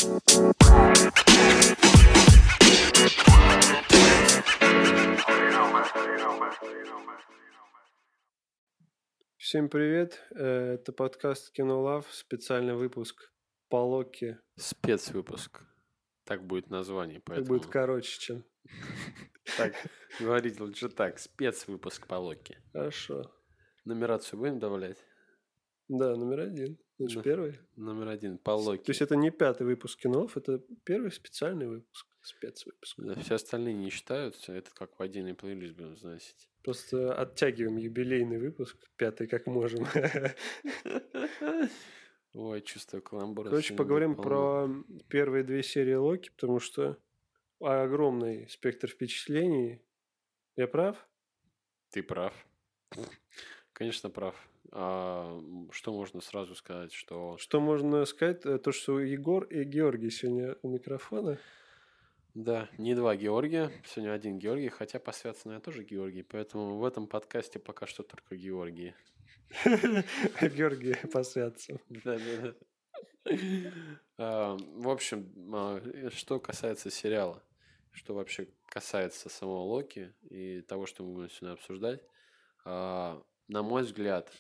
Всем привет, это подкаст Кинолав, специальный выпуск по Локи. Спецвыпуск. Так будет название, Так поэтому... будет короче, чем... Так, говорить лучше так. Спецвыпуск по Локи. Хорошо. Нумерацию будем добавлять? Да, номер один. Это же первый. Номер один по Локи. То есть это не пятый выпуск Кинолав, это первый специальный выпуск, спецвыпуск. Да, все остальные не считаются, это как в отдельный плейлист будем заносить. Просто оттягиваем юбилейный выпуск, пятый как можем. Ой, чувствую каламбур. Короче, поговорим про первые две серии Локи, потому что огромный спектр впечатлений. Я прав? Ты прав. Конечно, прав. Что можно сразу сказать, что... Что можно сказать? То, что Егор и Георгий сегодня у микрофона. Да, не два Георгия, сегодня один Георгий, хотя по святцу я тоже Георгий, поэтому в этом подкасте пока что только Георгий. Георгий по святцу. Да. В общем, что касается сериала, что вообще касается самого Локи и того, что мы будем сегодня обсуждать, на мой взгляд,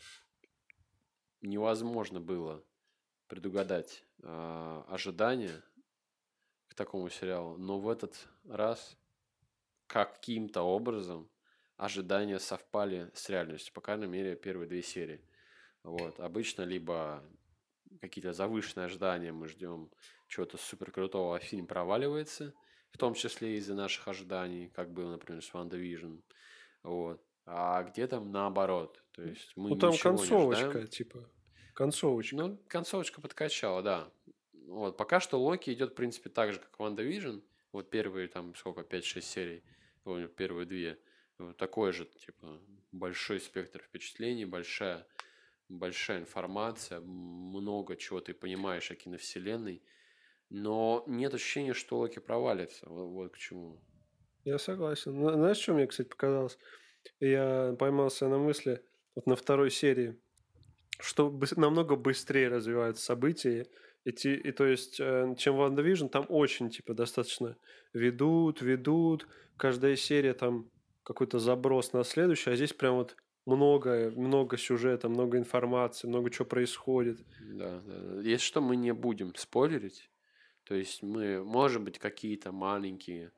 невозможно было предугадать ожидания к такому сериалу, но в этот раз каким-то образом ожидания совпали с реальностью, по крайней мере, первые две серии. Вот. Обычно либо какие-то завышенные ожидания, мы ждем чего-то супер крутого, а фильм проваливается, в том числе из-за наших ожиданий, как было, например, с WandaVision. Вот. А где-то наоборот. То есть мы там ничего концовочка, не ждаем. типа. Концовочка. Ну, концовочка подкачала, да. Вот. Пока что Локи идет, в принципе, так же, как WandaVision. Вот первые, там, сколько, 5-6 серий. Помню, первые две. Вот такой же, типа, большой спектр впечатлений, большая информация, много чего ты понимаешь о киновселенной, но нет ощущения, что Локи провалится. Вот к чему. Я согласен. Знаешь, что мне, кстати, показалось? Я поймался на мысли, вот на второй серии, что намного быстрее развиваются события. И то есть, чем WandaVision, там очень, типа, достаточно ведут. Каждая серия там какой-то заброс на следующую, а здесь прям вот много сюжета, много информации, много чего происходит. Да. Если что, мы не будем спойлерить. То есть мы, может быть, какие-то маленькие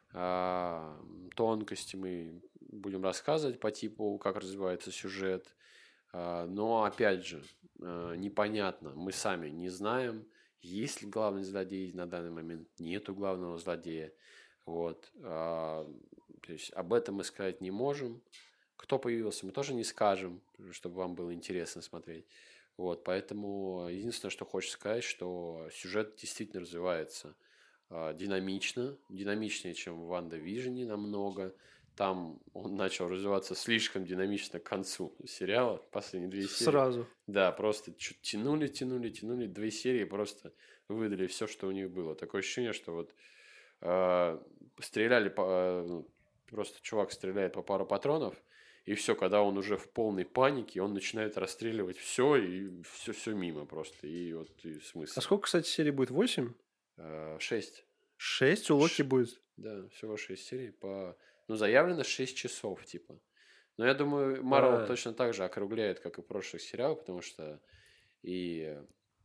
тонкости мы будем рассказывать по типу, как развивается сюжет. Но, опять же, непонятно. Мы сами не знаем, есть ли главный злодей на данный момент, нету главного злодея. Вот. То есть об этом мы сказать не можем. Кто появился, мы тоже не скажем, чтобы вам было интересно смотреть. Вот, поэтому единственное, что хочется сказать, что сюжет действительно развивается динамично, динамичнее, чем в WandaVision намного. Там он начал развиваться слишком динамично к концу сериала, последние две серии. Сразу. Да, просто тянули, две серии просто выдали все, что у них было. Такое ощущение, что вот стреляли, просто чувак стреляет по пару патронов, и все, когда он уже в полной панике, он начинает расстреливать все, и все мимо просто. И вот и смысл. А сколько, кстати, серий будет? 8? 6. 6 у Локи будет? Да, всего 6 серий. Заявлено 6 часов, типа. Но я думаю, Марвел точно так же округляет, как и прошлых сериалов, потому что и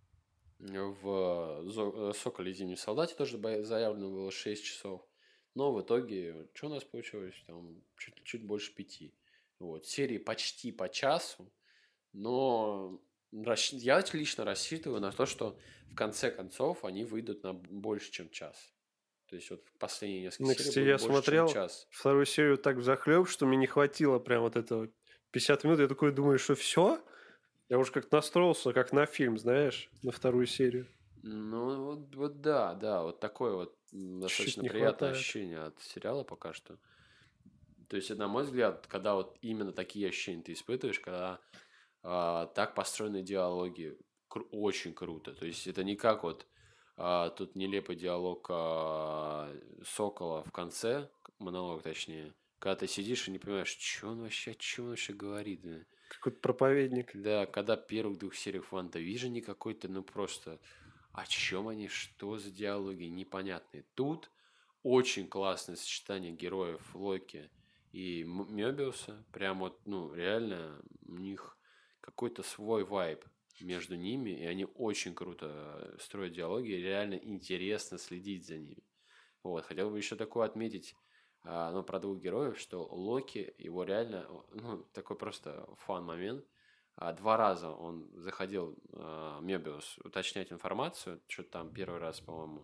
в «Соколе и Зимнем солдате» тоже заявлено было 6 часов. Но в итоге, что у нас получилось? Там чуть больше 5. Вот. Серии почти по часу, но я лично рассчитываю на то, что в конце концов они выйдут на больше, чем час. То есть вот в последние несколько серий кстати, будет я больше, смотрел чем час. вторую серию так взахлеб, что мне не хватило прям вот этого 50 минут. Я такой думаю, что все? Я уже как-то настроился, как на фильм, знаешь, на вторую серию. Ну, вот да, вот такое вот достаточно приятное ощущение от сериала пока что. То есть, на мой взгляд, когда вот именно такие ощущения ты испытываешь, когда так построены диалоги, очень круто. То есть, это не как вот тут нелепый диалог Сокола в конце, монолог точнее, когда ты сидишь и не понимаешь, о чем он вообще говорит. Какой-то проповедник. Да, когда первых двух сериях WandaVision какой-то, просто о чем они, что за диалоги, непонятные. Тут очень классное сочетание героев Локи и Мёбиуса. Прям вот, ну, реально у них какой-то свой вайб между ними, и они очень круто строят диалоги, и реально интересно следить за ними. Вот, хотел бы еще такое отметить, ну, про двух героев, что Локи, его реально, ну, такой просто фан-момент. Два раза он заходил, Мебиус, уточнять информацию, что-то там первый раз, по-моему,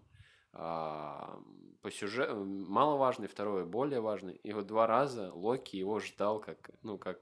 по сюжету, маловажный, второй более важный. И вот два раза Локи его ждал, как, ну, как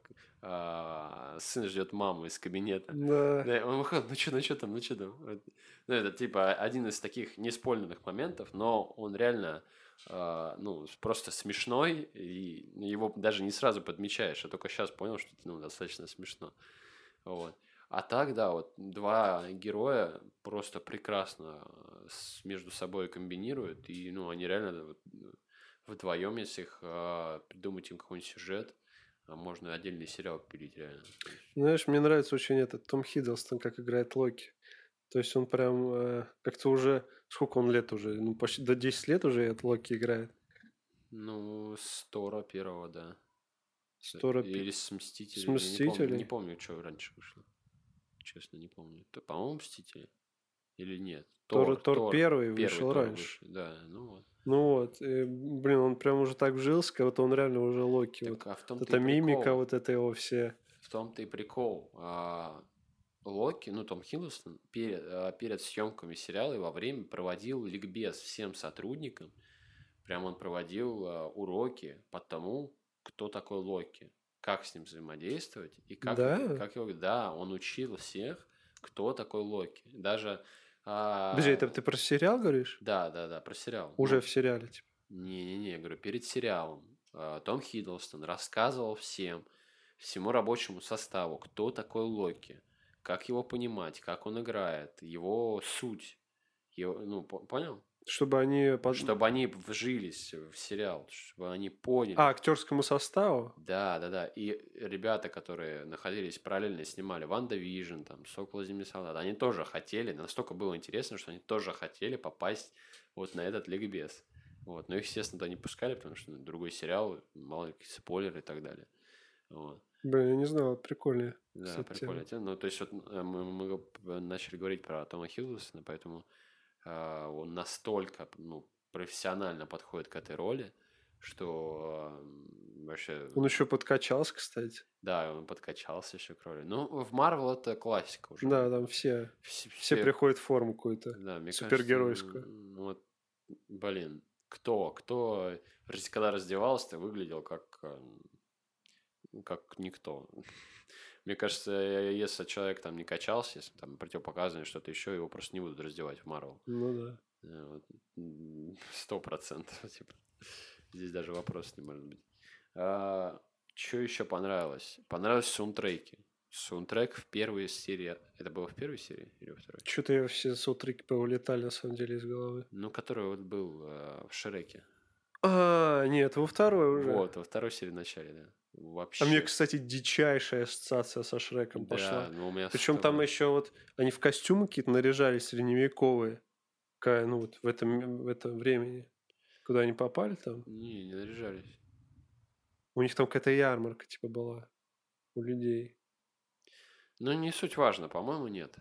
сын ждет маму из кабинета. Да. Да, он выходит, ну что там, ну что там. Вот. Ну, это типа один из таких неспойлерных моментов, но он реально, ну, просто смешной, и его даже не сразу подмечаешь. Я только сейчас понял, что это, ну, достаточно смешно. Вот. А так, да, вот два героя просто прекрасно между собой комбинируют, и, ну, они реально вот, вдвоем, если их придумать им какой-нибудь сюжет, можно отдельный сериал пилить реально. Знаешь, мне нравится очень этот Том Хиддлстон, как играет Локи. То есть он прям как-то уже... Сколько он лет уже? Ну, почти до 10 лет уже этот Локи играет. Ну, с Тора первого, да. Стора Или с Мстителей. с Я не помню, Мстителей. не помню, что раньше вышло. Честно, не помню. По-моему, Мстители. Или нет? Тор первый Первый вышел Тор раньше. вышел. Да, ну вот. Ну вот, и, блин, он прям уже так вжился, как будто он реально уже Локи. Так, Вот а в том-то эта и мимика, прикол. вот это его все. В том-то и прикол. Локи, ну, Том Хиддлстон, перед съемками сериала и во время проводил ликбез всем сотрудникам. Прям он проводил уроки по тому, кто такой Локи, как с ним взаимодействовать и Да? как его... Да, он учил всех, кто такой Локи. Даже... Подожди, это ты про сериал говоришь? Да, про сериал. Уже Ну, в сериале, типа. не, говорю, перед сериалом Том Хиддлстон рассказывал всему рабочему составу, кто такой Локи, как его понимать, как он играет, его суть. Ну, понял? Чтобы они... Чтобы они вжились в сериал, чтобы они поняли. актерскому составу? Да. И ребята, которые находились параллельно, снимали Ванда Вижн, там, Сокол и Зимний солдат, они тоже хотели, настолько было интересно, что они тоже хотели попасть вот на этот ликбез. Вот. Но их, естественно, туда не пускали, потому что другой сериал, мало ли какие спойлеры и так далее. Вот. Блин, я не знал, прикольно. Да, прикольно. Ну, то есть, вот мы начали говорить про Тома Хиддлстона, поэтому он настолько, ну, профессионально подходит к этой роли, что вообще... Он еще подкачался, кстати. Да, он подкачался еще к роли. Ну, в Марвел это классика уже. Да, там все приходят в форму какую-то. Да, мне супергеройскую. кажется, ну, вот, блин, кто, когда раздевался, выглядел как никто. Мне кажется, если человек там не качался, если там противопоказано что-то еще, его просто не будут раздевать в Марвел. Ну да. 100%. Типа. Здесь даже вопрос не может быть. Что еще понравилось? Понравились саундтреки. Саундтрек в первой серии. Это было в первой серии или во второй? Что-то все саундтреки повылетали, на самом деле, из головы. Ну, который вот был в Шреке. Нет, во второй уже. Вот, во второй серии в начале, да. Вообще. А мне, кстати, дичайшая ассоциация со Шреком пошла. Ну, у меня Причем там еще вот они в костюмы какие-то наряжались средневековые. Ну вот в этом времени. Куда они попали там? Не наряжались. У них там какая-то ярмарка типа была. У людей. Ну, не суть важно, по-моему, нет.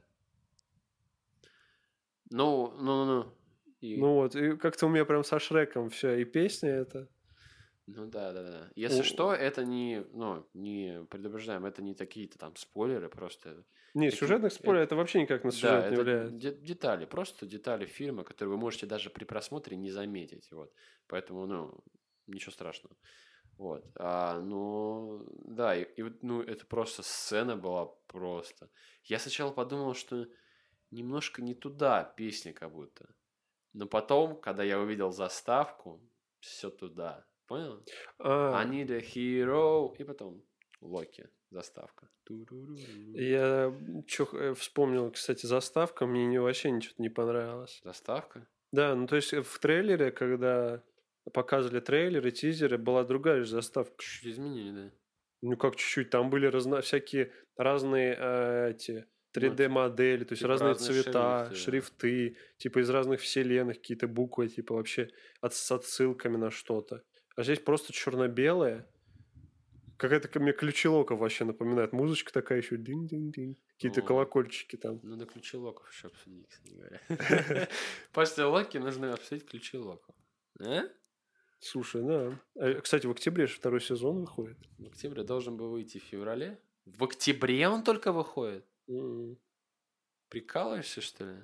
Ну. Ну вот, и как-то у меня прям со Шреком все. И песня это. Ну да. Если что, это не предупреждаем, это не такие-то там спойлеры, просто... Не, сюжетных спойлеров это вообще никак на сюжет не влияет. Детали, просто детали фильма, которые вы можете даже при просмотре не заметить. Вот. Поэтому, ничего страшного. Вот. Да, это просто сцена была просто. Я сначала подумал, что немножко не туда песня как будто. Но потом, когда я увидел заставку, все туда. Понял? I need a hero. И потом Локи. Заставка. Я вспомнил, кстати, заставка. Мне вообще ничего не понравилось. Заставка? Да, ну то есть в трейлере, когда показывали трейлеры, тизеры, была другая же заставка. Чуть-чуть изменили, да. Ну как чуть-чуть. Там были всякие разные эти 3D-модели, то есть типа разные разные цвета, шрифты, да. шрифты, типа из разных вселенных какие-то буквы, типа вообще с отсылками на что-то. А здесь просто черно-белое. Какая-то мне ключелоков вообще напоминает. Музычка такая еще. Динь-динь-динь. Какие-то О, колокольчики там. надо ключи локов еще обсудить, кстати говоря. После Локи нужно обсудить ключи локов. А? Слушай, да. Кстати, в октябре же второй сезон выходит. В октябре должен был выйти в феврале. В октябре он только выходит? М. Прикалываешься, что ли?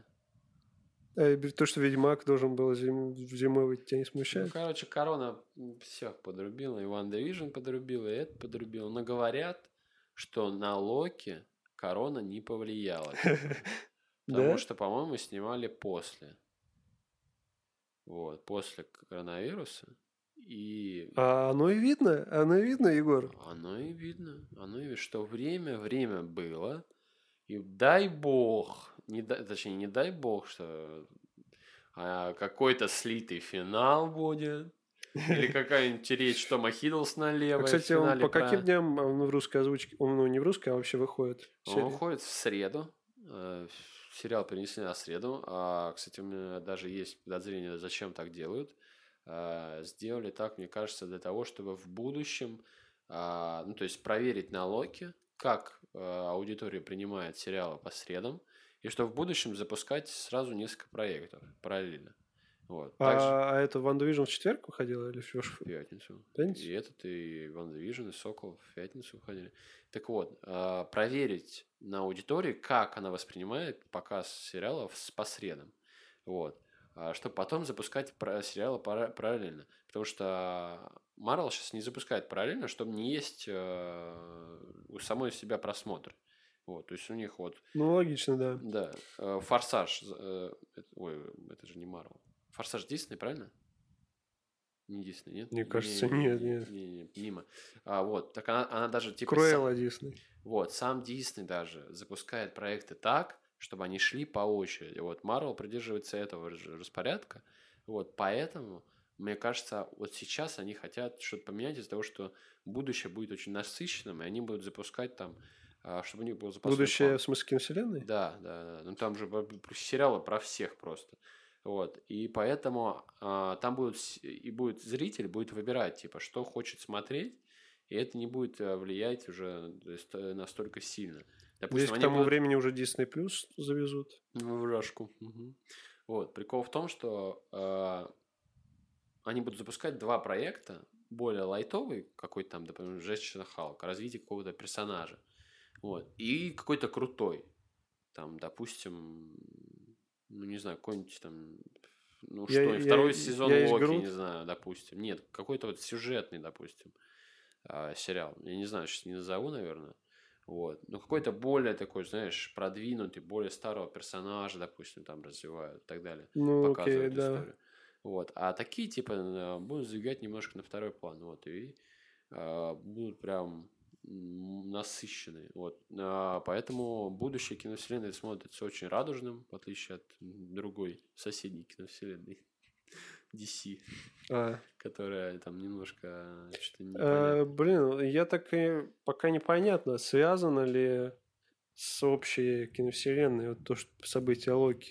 То, что Ведьмак должен был зимой выйти, тебя не Ну, смущает? короче, корона всех подрубила. И Ван Division подрубила, и это подрубила. Но говорят, что на Локи корона не повлияла. Потому Да? что, по-моему, снимали после. Вот, после коронавируса. И А оно и видно, Егор. оно и видно. Оно и видно, что время было. И дай бог, точнее, не дай бог, что какой-то слитый финал будет. Или какая-нибудь речь Тома Хиддлсона левая в Кстати, он финале по каким про... дням в русской озвучке, ну не в русской, а вообще выходит Он серия? выходит в среду. Сериал перенесли на среду. Кстати, у меня даже есть подозрение, зачем так делают. Сделали так, мне кажется, для того, чтобы в будущем, ну, то есть проверить на Локи, как аудитория принимает сериалы по средам, и что в будущем запускать сразу несколько проектов параллельно. Вот. Также А это Ван Division в четверг выходила или в пятницу. пятницу? И этот, и Ван Division, и Сокол в пятницу выходили. Так вот, проверить на аудитории, как она воспринимает показ сериалов по средам. Вот. Чтобы потом запускать сериалы параллельно. Потому что Marvel сейчас не запускает параллельно, чтобы не есть у самой себя просмотр. Вот, то есть у них вот... Ну, логично, да. Да. Форсаж. Ой, это же не Marvel. Форсаж Дисней, правильно? Не Дисней, нет? Мне кажется, нет. Не, мимо. Вот, так она даже типа... Круэлла Дисней. Вот, сам Дисней даже запускает проекты так, чтобы они шли по очереди. Вот, Marvel придерживается этого распорядка. Вот, поэтому, мне кажется, вот сейчас они хотят что-то поменять из-за того, что будущее будет очень насыщенным, и они будут запускать там, чтобы у них был запасной Будущее план. в смысле киновселенной? Да. Ну, там же сериалы про всех просто. Вот. И поэтому там будет зритель будет выбирать, типа, что хочет смотреть, и это не будет влиять уже настолько сильно. Здесь к тому времени уже Disney Plus завезут. В рожку. Угу. Вот. Прикол в том, что они будут запускать два проекта, более лайтовый, какой-то там, например, Женщина Халк, развитие какого-то персонажа. Вот. И какой-то крутой. Там, допустим, ну, не знаю, какой-нибудь там... Ну, второй сезон Локи, не знаю, допустим. Нет, какой-то вот сюжетный, допустим, сериал. Я не знаю, сейчас не назову, наверное. Вот. Но какой-то более такой, знаешь, продвинутый, более старого персонажа, допустим, там развивают и так далее. Ну, показывают окей, историю. да. Вот. А такие, типа, будут сдвигать немножко на второй план. Вот. И будут прям насыщенные. Вот. Поэтому будущее киновселенной смотрится очень радужным, в отличие от другой соседней киновселенной DC, которая там немножко что-то непонятно. Блин, я так и пока непонятно, связано ли с общей киновселенной вот то, что события Локи.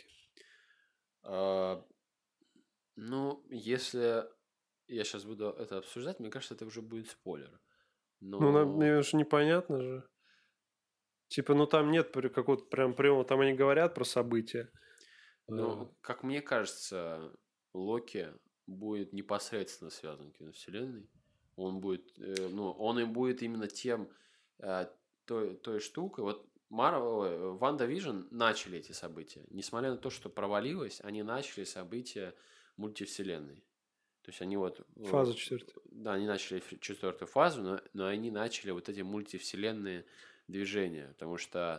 Ну, если я сейчас буду это обсуждать, мне кажется, это уже будет спойлер. Но... Ну, мне же непонятно же. Типа, ну там нет какого-то прям прямого, там они говорят про события. Ну, как мне кажется, Локи будет непосредственно связан с киновселенной. Он будет, он и будет именно тем, той штукой. Вот Ван Division начали эти события. Несмотря на то, что провалилось, они начали события мультивселенной. То есть они вот... Фаза 4. Да, они начали 4-ю фазу, но они начали вот эти мультивселенные движения. Потому что,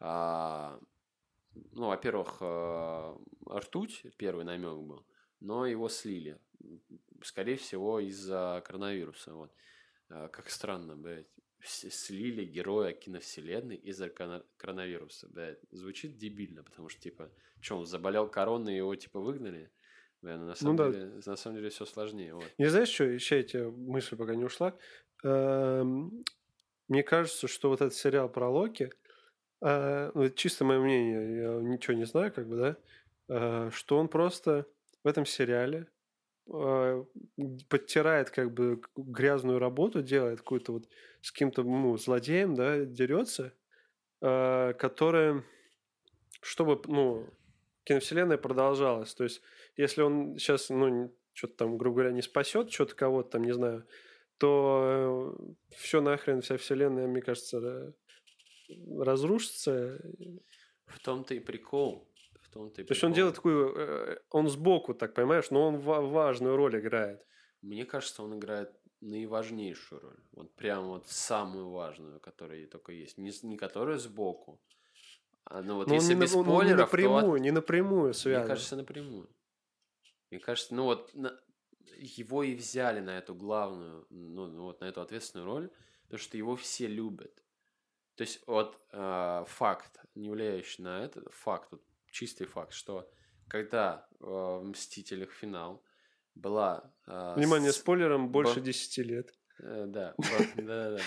ну, во-первых, ртуть, первый намек был, но его слили. Скорее всего, из-за коронавируса. Вот. Как странно, блядь. Слили героя киновселенной из-за коронавируса. Блядь. Звучит дебильно, потому что, типа, что, он заболел короной, и его, типа, выгнали? На самом деле все сложнее. Вот. Не знаешь, что, еще эти мысли пока не ушла. Мне кажется, что вот этот сериал про Локи, Ну, это чисто мое мнение, я ничего не знаю, как бы, да, что он просто в этом сериале а, подтирает как бы грязную работу, делает какую-то вот с каким-то злодеем, да, дерется, которая, чтобы, киновселенная продолжалась. То есть, если он сейчас, что-то там, грубо говоря, не спасет, что-то кого-то там, не знаю, то все нахрен, вся вселенная, мне кажется, разрушится. В том-то и прикол. В том-то и То есть он прикол. делает такую, он сбоку, так понимаешь, но он важную роль играет. Мне кажется, он играет наиважнейшую роль. Вот прям вот самую важную, которая только есть. Не которая сбоку. Ну вот Но он если без он не спойлеров, то напрямую, не напрямую мне связан. кажется, напрямую. Мне кажется, ну вот его и взяли на эту главную, вот на эту ответственную роль, потому что его все любят. То есть вот факт, не влияющий на это, факт, вот, чистый факт, что когда в «Мстителях» финал была... Внимание, спойлерам больше 10 лет. Да, да-да-да.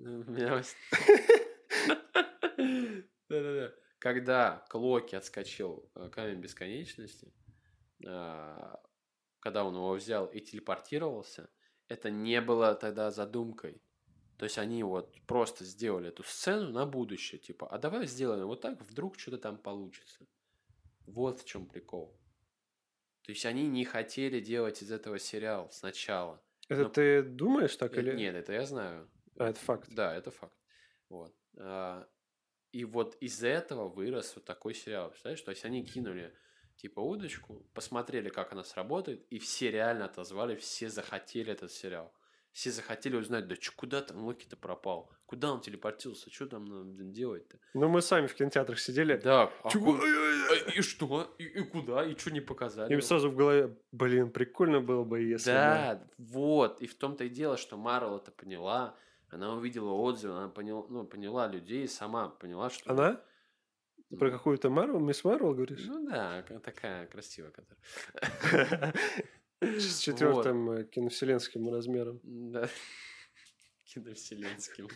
Да-да-да. Когда к Локи отскочил камень бесконечности, когда он его взял и телепортировался, это не было тогда задумкой. То есть они вот просто сделали эту сцену на будущее, типа, а давай сделаем вот так, вдруг что-то там получится. Вот в чем прикол. То есть они не хотели делать из этого сериал сначала. Это ты думаешь так или... Нет, это я знаю. это факт. Да, это факт. Вот. И вот из-за этого вырос вот такой сериал. Представляешь? То есть они кинули типа удочку, посмотрели, как она сработает, и все реально отозвали, все захотели этот сериал. Все захотели узнать, да куда там Локи-то пропал? Куда он телепортился? Что там надо делать-то? Ну, мы сами в кинотеатрах сидели. Да, Чего? и что? И куда? И что не показали? И сразу в голове, блин, прикольно было бы, если бы... Да, вот. И в том-то и дело, что Марвел это поняла. Она увидела отзывы, она поняла людей и сама поняла, что... Она? Ты про какую-то Марвел? Мисс Марвел говоришь? Ну да, такая красивая, которая. С 4-м киновселенским размером. Да. Киновселенским.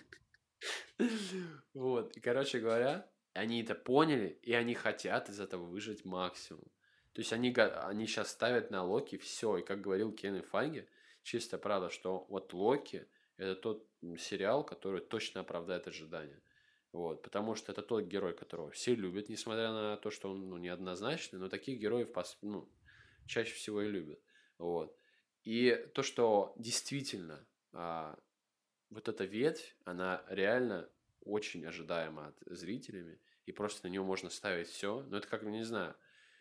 Вот. И, короче говоря, они это поняли, и они хотят из этого выжать максимум. То есть они сейчас ставят на Локи все. И как говорил Кевин Файги, чисто правда, что вот Локи это тот сериал, который точно оправдает ожидания. Вот, потому что это тот герой, которого все любят, несмотря на то, что он неоднозначный, но таких героев чаще всего и любят. Вот. И то, что действительно вот эта ветвь, она реально очень ожидаема от зрителями, и просто на нее можно ставить все. Но это как, не знаю,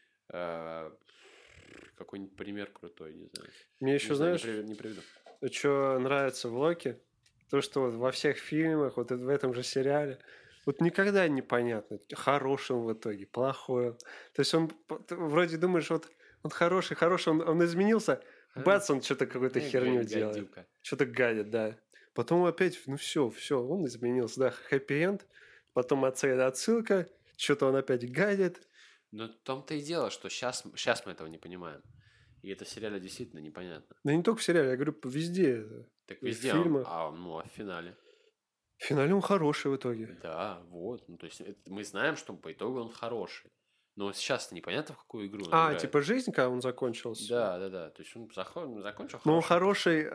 какой-нибудь пример крутой, не знаю. Мне еще, знаешь, не приведу. Что нравится в Локи? То, что вот во всех фильмах, вот в этом же сериале, вот никогда непонятно, хороший он в итоге, плохой он. То есть он вроде думаешь, вот он хороший, он изменился, бац, он что-то какую-то херню делает. Что-то гадит, да. Потом опять, все, он изменился, да, хэппи-энд, потом отсылка, что-то он опять гадит. Но в том-то и дело, что сейчас мы этого не понимаем. И это в сериале действительно непонятно. Да не только в сериале, я говорю, везде. Так везде, в фильмах. а в финале? В финале он хороший в итоге. Да, вот. Ну, то есть мы знаем, что по итогу он хороший. Но сейчас непонятно, в какую игру он играет. Типа жизнь, когда он закончился? Да. То есть он закончил но он хороший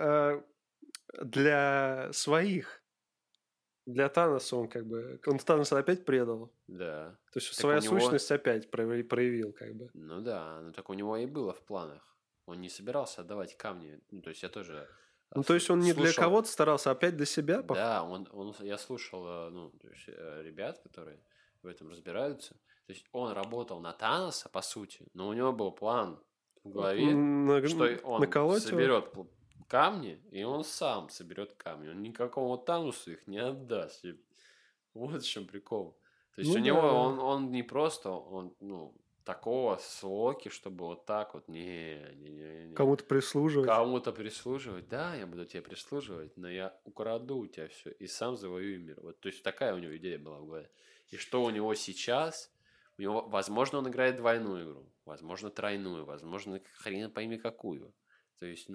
для своих. Для Таноса он как бы... Он Таноса опять предал. Да. То есть своя сущность опять проявил как бы. Ну да, но так у него и было в планах. Он не собирался отдавать камни. Ну, то есть я тоже... Ну, то есть он не для кого-то старался, опять для себя? Да, я слушал ребят, которые в этом разбираются. То есть он работал на Таноса, по сути, но у него был план в голове, что он соберет камни, и он сам соберет камни. Он никакому Таносу их не отдаст. Вот в чем прикол. То есть у него он не просто, такого с Локи, чтобы вот так вот, не. Кому-то прислуживать. Кому-то прислуживать, да, я буду тебе прислуживать, но я украду у тебя все и сам завоюю мир. Вот, то есть такая у него идея была в голове. И что у него сейчас? У него, возможно, он играет двойную игру, возможно, тройную, возможно, хрен пойми какую. То есть,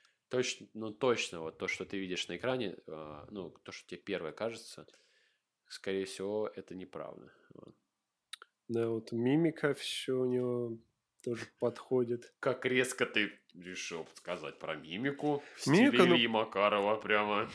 точно, вот то, что ты видишь на экране, то, что тебе первое кажется, скорее всего, это неправда. Вот. Да, вот мимика все у него тоже подходит. Как резко ты решил сказать про мимику в стиле Мимика, ну, Ильи Макарова прямо.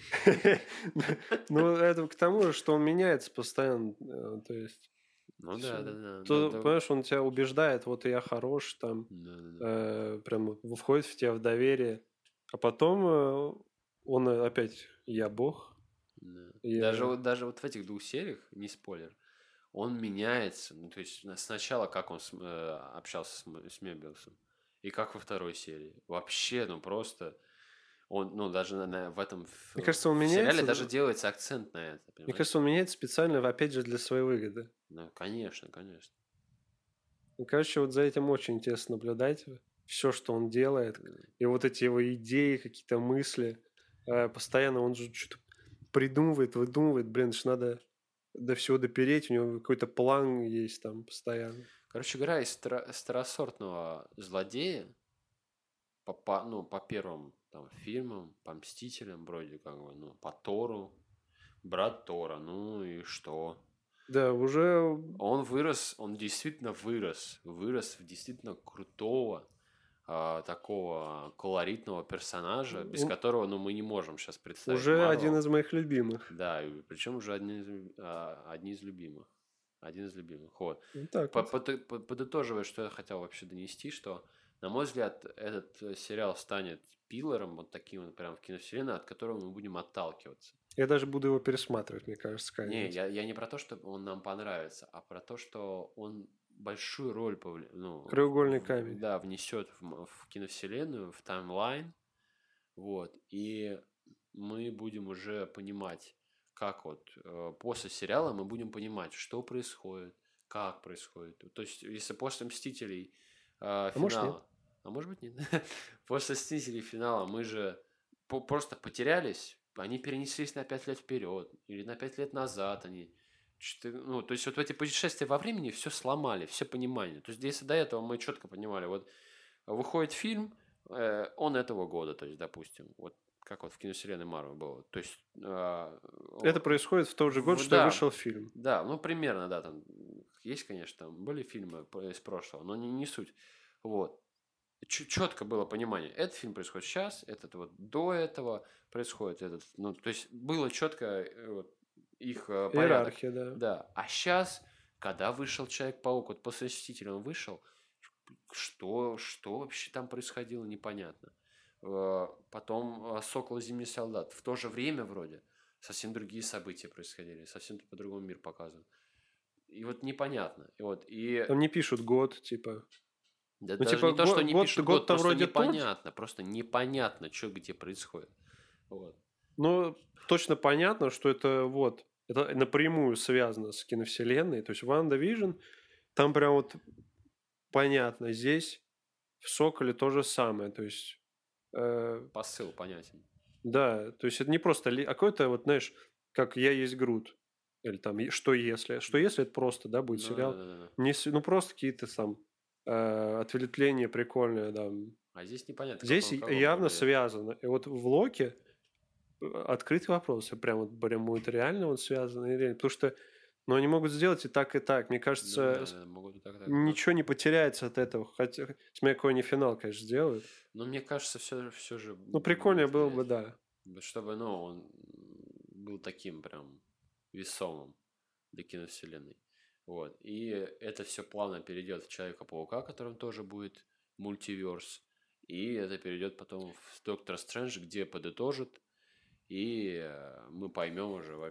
ну, это к тому же, что он меняется постоянно. То есть, Ну да, да, да. понимаешь, он тебя убеждает, вот я хорош, там, прям входит в тебя в доверие. А потом он опять, я бог. Да. Я... Даже вот в этих 2 сериях, не спойлер, он меняется. Ну, то есть сначала, как он общался с Мебиусом, и как во второй серии. Вообще, ну просто он, ну, даже в этом Мне кажется, он в сериале меняется. даже делается акцент на это, Мне понимаешь? кажется, он меняется специально, опять же, для своей выгоды. Ну, конечно, конечно. Ну, короче, вот за этим очень интересно наблюдать. Все, что он делает. И вот эти его идеи, какие-то мысли. Постоянно он же что-то придумывает, выдумывает. Блин, ж надо до всего допереть. У него какой-то план есть там постоянно. Короче говоря, из второсортного злодея ну, по первым там, фильмам, по Мстителям вроде как бы, ну, по Тору, брат Тора, ну и что? Да, уже... Он вырос, он действительно вырос в действительно крутого, такого колоритного персонажа, без он которого, ну, мы не можем сейчас представить уже один Марвел. из моих любимых. Да, и причем уже одни из любимых. Один из любимых. Вот. Вот так вот. Подытоживая, что я хотел вообще донести, что, на мой взгляд, этот сериал станет пилором вот таким вот прям в киновселенной, от которого мы будем отталкиваться. Я даже буду его пересматривать, мне кажется, Не, когда-нибудь. я не про то, что он нам понравится, а про то, что он большую роль Краеугольный камень. да, внесет в киновселенную, в таймлайн. Вот. И мы будем уже понимать, как вот после сериала мы будем понимать, что происходит, как происходит. То есть, если после «Мстителей» А может, нет. финала, а может быть нет, после «Мстителей» финала мы же просто потерялись, они перенеслись на 5 лет вперед или на 5 лет назад они. Ну, то есть, вот в эти путешествия во времени все сломали, все понимание. То есть, если до этого мы четко понимали, вот выходит фильм, он этого года, то есть, допустим, вот как вот в киновселенной Марвел было. То есть, Это происходит в тот же год, что и да, вышел фильм. да, ну примерно, да, там есть, конечно, там были фильмы из прошлого, но не суть. Вот. Четко было понимание, этот фильм происходит сейчас, этот вот до этого происходит этот, ну, то есть было четко вот, их порядок. Иерархия, да. Да. А сейчас, когда вышел Человек-паук, вот после «Мстителя» он вышел, что вообще там происходило, непонятно. Потом «Сокол и Зимний солдат». В то же время вроде совсем другие события происходили, совсем по-другому мир показан. И вот непонятно. Там не пишут год, типа. Да Ну, даже типа, не то, что не пишут год, год-то просто вроде тот. непонятно. Просто непонятно, что где происходит. Вот. Ну, точно понятно, что это вот, это напрямую связано с киновселенной. То есть Ванда Вижн, там прям вот понятно. Здесь в Соколе то же самое. То есть, Посыл понятен. да, то есть это не просто, а какой-то вот, знаешь, как «Я есть Грут». Или там «Что если?». «Что если?» это просто, да, будет сериал. Да. Не, ну, просто какие-то там ответвления прикольные, да. А здесь непонятно, Здесь как он явно повлияет. связано. И вот в Локи открытый вопрос. Прям будет реально он связан или нет. Потому что ну, они могут сделать и так, и так. Мне кажется, Да, могут и так. ничего не потеряется от этого. Хотя, смотря какой они финал, конечно, сделают. Но мне кажется, все же Ну, прикольнее будет было бы, влиять. да. Чтобы, ну, он был таким прям весомым для киновселенной. Вот. И это все плавно перейдет в Человека-паука, которым тоже будет мультиверс. И это перейдет потом в Доктор Стрэндж, где подытожит. И мы поймем уже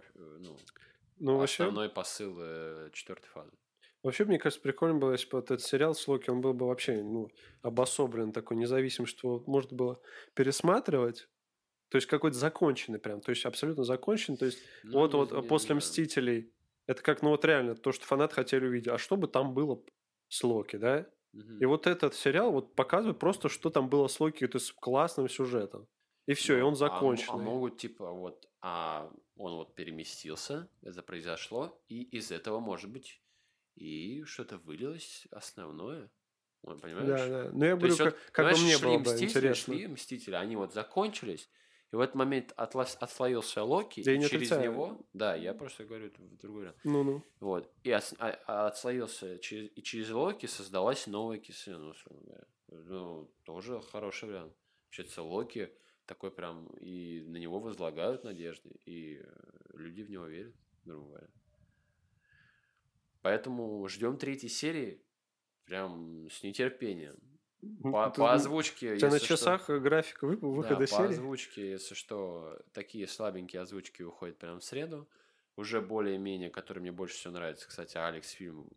Ну, основной посыл 4-й фазы. вообще, мне кажется, прикольно было, если бы вот этот сериал с Локи, он был бы вообще, ну, обособлен, такой независимый, что можно было пересматривать. То есть какой-то законченный прям, то есть абсолютно законченный. То есть Ну, вот после «Мстителей» это как, ну вот реально то, что фанаты хотели увидеть. А что бы там было с Локи, да? И вот этот сериал вот показывает просто, что там было с Локи, то есть с классным сюжетом. И все, и он законченный. Могут, типа, вот, он вот переместился, это произошло, и из этого, может быть, и что-то вылилось основное. Понимаешь? Да. Ну, я То есть, говорю, вот, как бы понимаешь, мне шли было бы интересно. Мстители, они вот закончились, И в этот момент отслоился Локи, Я и не через отрицаю. него... Да, я просто говорю в другой вариант. Ну-ну. Вот. И отслоился, и через Локи создалась новая Кисена, условно говоря. Ну, тоже хороший вариант. Получается, Локи такой прям, и на него возлагают надежды, и люди в него верят, грубо говоря. Поэтому ждем 3 серии прям с нетерпением. По озвучке, У тебя на если что... часах график Да, выхода по серии? озвучке, если что, такие слабенькие озвучки выходят прямо в среду. Уже более-менее, который мне больше всего нравится. Кстати, Алекс фильм.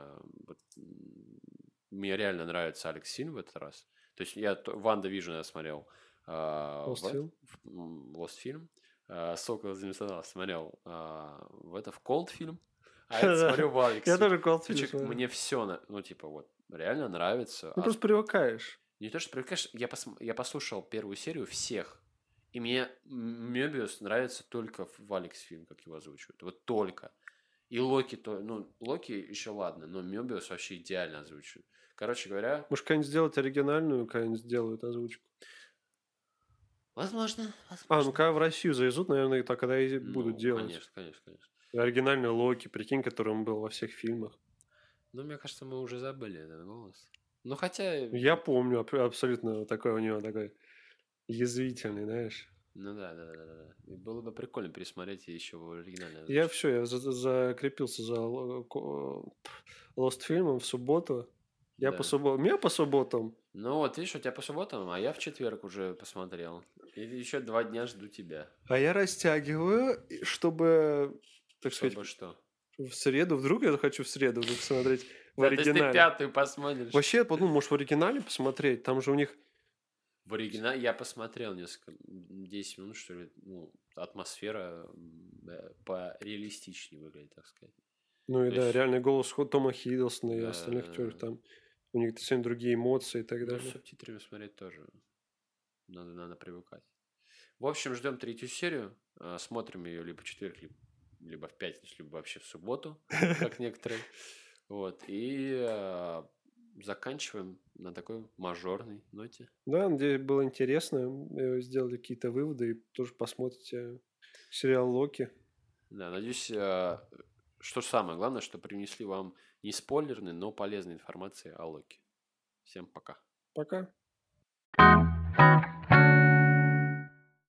Мне реально нравится Алекс фильм в этот раз. То есть я Ванда Вижн я смотрел. Lost Lost фильм. Сокол Зимсонов смотрел в Cold фильм. А это смотрю в Алекс. Я тоже Cold фильм смотрел. Мне все, ну типа вот, реально нравится. Ну просто привыкаешь. Не то, что привыкаешь, я послушал первую серию всех. И мне Мёбиус нравится только в Алекс фильм, как его озвучивают. Вот только. И Локи, Локи еще ладно, но Мёбиус вообще идеально озвучивает. Короче говоря... Может, как-нибудь сделать оригинальную, как-нибудь сделают озвучку. Возможно. Ну когда в Россию завезут, наверное, так когда и будут делать. Конечно. Оригинальный Локи, прикинь, которым был во всех фильмах. Ну, мне кажется, мы уже забыли этот голос. Ну, хотя... Я помню абсолютно такой у него такой язвительный, знаешь. Ну да. И было бы прикольно пересмотреть еще в оригинальной Я закрепился за Lost фильмом в субботу. Меня по субботам. Ну вот, видишь, у тебя по субботам, а я в четверг уже посмотрел. И еще 2 дня жду тебя. А я растягиваю, чтобы, так сказать... Чтобы что? В среду, вдруг я захочу в среду вдруг смотреть в Да, то есть оригинале. ты 5-ю посмотришь. Вообще, я подумал, может в оригинале посмотреть, там же у них... В оригинале я посмотрел несколько, 10 минут, что ли, ну, атмосфера пореалистичнее выглядит, так сказать. Ну и То да, есть- реальный голос Тома Хиддлстона и Да, остальных да, актеров да. там. У них совсем другие эмоции и так Ну, с далее. субтитрами смотреть тоже надо привыкать. В общем, ждем 3-ю серию. Смотрим ее либо в четверг, либо в пятницу, либо вообще в субботу, как некоторые. Вот. И заканчиваем на такой мажорной ноте. Да, надеюсь, было интересно. Сделали какие-то выводы и тоже посмотрите сериал Локи. Да, надеюсь, что самое главное, что принесли вам не спойлерной, но полезной информации о Локи. Всем пока. Пока.